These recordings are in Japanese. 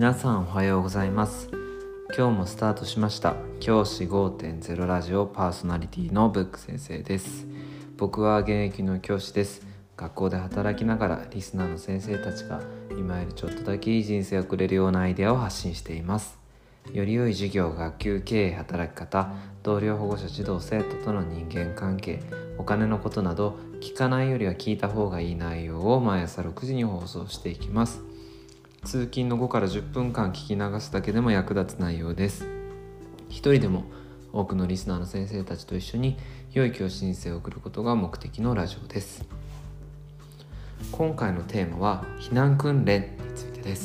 皆さんおはようございます。今日もスタートしました教師 5.0 ラジオパーソナリティのブック先生です。僕は現役の教師です。学校で働きながらリスナーの先生たちが今よりちょっとだけいい人生を送れるようなアイデアを発信しています。より良い授業、学級経営、働き方、同僚、保護者、児童、生徒との人間関係、お金のことなど聞かないよりは聞いた方がいい内容を毎朝6時に放送していきます。通勤の5から10分間聞き流すだけでも役立つ内容です。一人でも多くのリスナーの先生たちと一緒に良い教師人生を送ることが目的のラジオです。今回のテーマは避難訓練についてです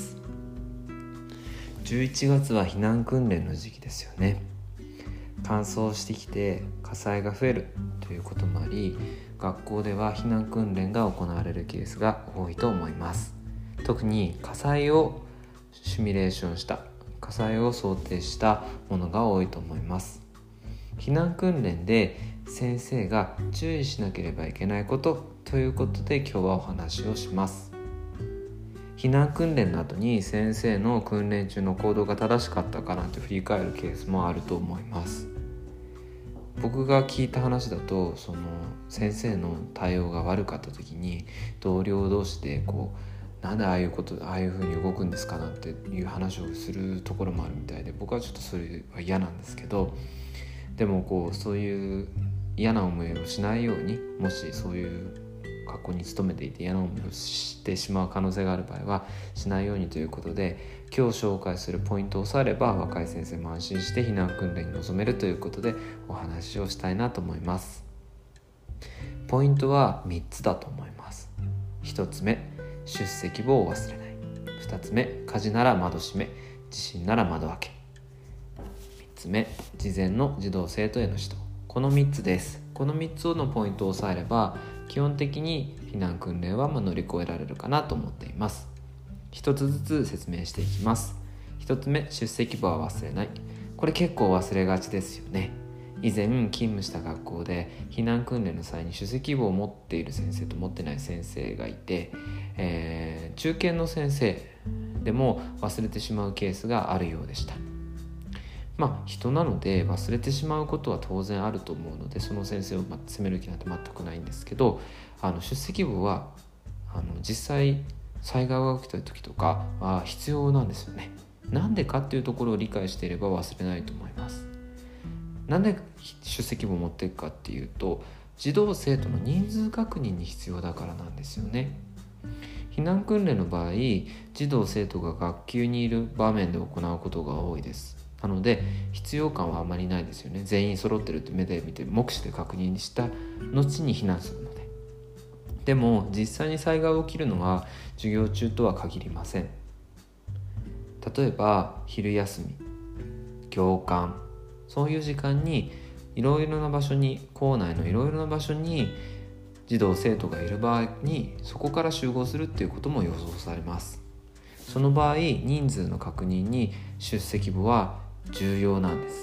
。11月は避難訓練の時期ですよね。乾燥してきて火災が増えるということもあり、学校では避難訓練が行われるケースが多いと思います。特に火災をシミュレーションした火災を想定したものが多いと思います。避難訓練で先生が注意しなければいけないことということで今日はお話をします。避難訓練の後に先生の訓練中の行動が正しかったかなと振り返るケースもあると思います。僕が聞いた話だと、先生の対応が悪かった時に同僚同士でなんでああいう風に動くんですかなんていう話をするところもあるみたいで、僕はちょっとそれは嫌なんですけど、でもそういう嫌な思いをしないように、もしそういう学校に勤めていて嫌な思いをしてしまう可能性がある場合はしないようにということで、今日紹介するポイントを押さえれば若い先生も安心して避難訓練に臨めるということでお話をしたいなと思います。ポイントは3つだと思います。1つ目、出席簿を忘れない。2つ目、火事なら窓閉め、地震なら窓開け。3つ目、事前の児童生徒への指導。この3つです。この3つのポイントを押さえれば基本的に避難訓練は乗り越えられるかなと思っています。一つずつ説明していきます。1つ目、出席簿は忘れない。これ結構忘れがちですよね。以前勤務した学校で避難訓練の際に出席簿を持っている先生と持ってない先生がいて、中堅の先生でも忘れてしまうケースがあるようでした。人なので忘れてしまうことは当然あると思うので、その先生を責める気なんて全くないんですけど、出席簿は実際災害が起きた時とかは必要なんですよね。なんでかっていうところを理解していれば忘れないと思います。なんで出席簿を持っていくかっていうと、児童生徒の人数確認に必要だからなんですよね。避難訓練の場合、児童生徒が学級にいる場面で行うことが多いです。なので必要感はあまりないですよね。全員揃ってるって目で見て目視で確認した後に避難するので。でも実際に災害が起きるのは授業中とは限りません。例えば昼休み、教官、そういう時間にいろいろな場所に、校内のいろいろな場所に児童生徒がいる場合にそこから集合するっていうことも予想されます。その場合、人数の確認に出席簿は重要なんです。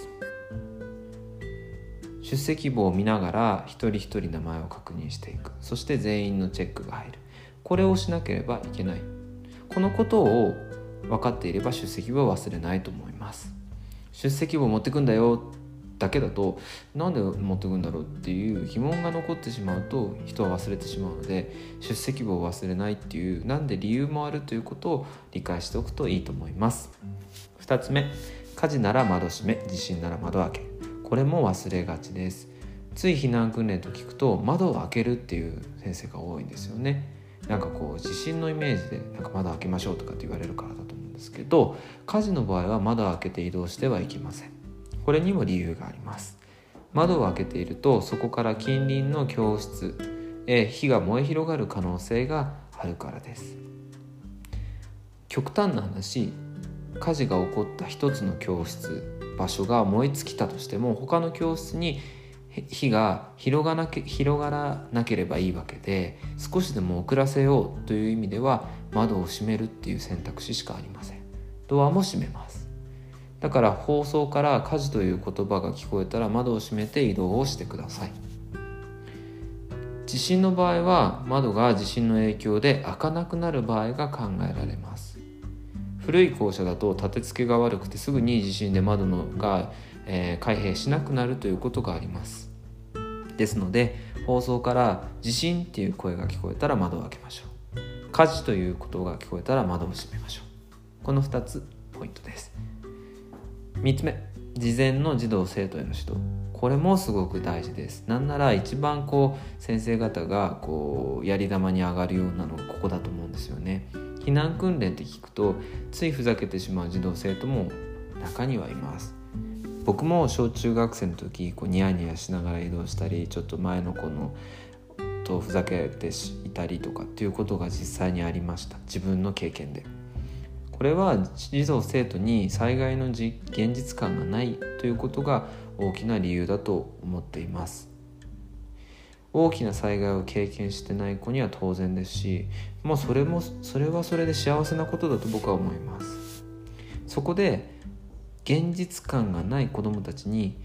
出席簿を見ながら一人一人名前を確認していく。そして全員のチェックが入る。これをしなければいけない。このことを分かっていれば出席簿は忘れないと思います。出席簿持ってくんだよだけだと、なんで持ってくんだろうっていう疑問が残ってしまうと人は忘れてしまうので、出席簿を忘れないっていうなんで理由もあるということを理解しておくといいと思います。2つ目、火事なら窓閉め、地震なら窓開け。これも忘れがちです。つい避難訓練と聞くと窓を開けるっていう先生が多いんですよね。地震のイメージで窓開けましょうとかって言われるからだと思うんですけど、火事の場合は窓を開けて移動してはいけません。これにも理由があります。窓を開けているとそこから近隣の教室へ火が燃え広がる可能性があるからです。極端な話、火事が起こった一つの教室、場所が燃え尽きたとしても他の教室に火が広がらなければいいわけで、少しでも遅らせようという意味では窓を閉めるっていう選択肢しかありません。ドアも閉めます。だから放送から火事という言葉が聞こえたら窓を閉めて移動をしてください。地震の場合は窓が地震の影響で開かなくなる場合が考えられます。 古い校舎だと立て付けが悪くてすぐに地震で窓が、開閉しなくなるということがあります。ですので放送から地震っていう声が聞こえたら窓を開けましょう。火事ということが聞こえたら窓を閉めましょう。この2つポイントです。3つ目、事前の児童生徒への指導。これもすごく大事です。なんなら一番先生方がやり玉に上がるようなのがここだと思うんですよね。避難訓練って聞くとついふざけてしまう児童生徒も中にはいます。僕も小中学生の時ニヤニヤしながら移動したり、ちょっと前の子とふざけていたりとかっていうことが実際にありました。自分の経験で。これは児童生徒に災害の現実感がないということが大きな理由だと思っています。大きな災害を経験してない子には当然ですし、もうそれはそれで幸せなことだと僕は思います。そこで現実感がない子どもたちに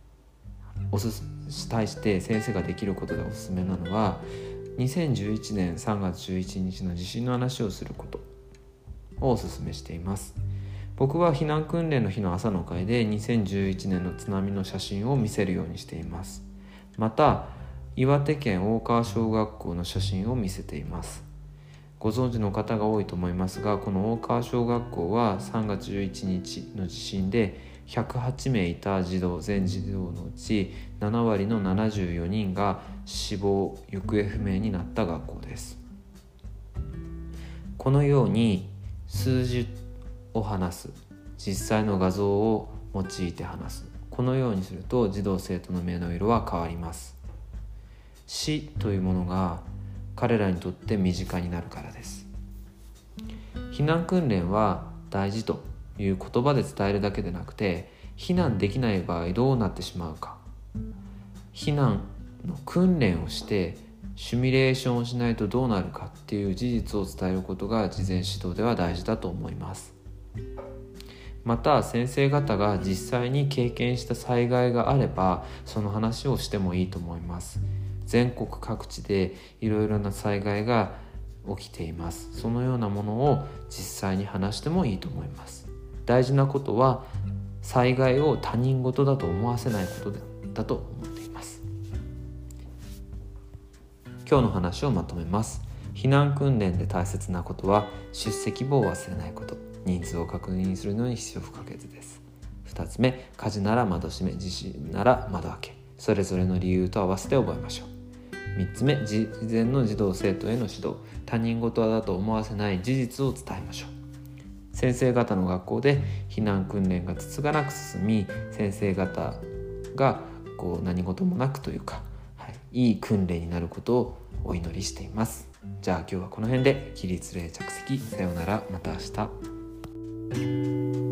対して先生ができることでおすすめなのは、2011年3月11日の地震の話をすることをおすすめしています。僕は避難訓練の日の朝の会で2011年の津波の写真を見せるようにしています。また岩手県大川小学校の写真を見せています。ご存知の方が多いと思いますが、この大川小学校は3月11日の地震で108名いた全児童のうち7割の74人が死亡・行方不明になった学校です。このように数字を話す、実際の画像を用いて話す、このようにすると児童生徒の目の色は変わります。死というものが彼らにとって身近になるからです。避難訓練は大事という言葉で伝えるだけでなくて、避難できない場合どうなってしまうか、避難の訓練をしてシミュレーションをしないとどうなるかっていう事実を伝えることが事前指導では大事だと思います。また先生方が実際に経験した災害があればその話をしてもいいと思います。全国各地でいろいろな災害が起きています。そのようなものを実際に話してもいいと思います。大事なことは災害を他人事だと思わせないことだと思っています。今日の話をまとめます。避難訓練で大切なことは出席簿を忘れないこと、人数を確認するのに必要不可欠です。2つ目、火事なら窓閉め、地震なら窓開け、それぞれの理由と合わせて覚えましょう。3つ目、事前の児童生徒への指導、他人事だと思わせない事実を伝えましょう。先生方の学校で避難訓練がつつがなく進み、先生方が何事もなくというか、いい訓練になることをお祈りしています。じゃあ今日はこの辺で起立礼着席、さようなら、また明日。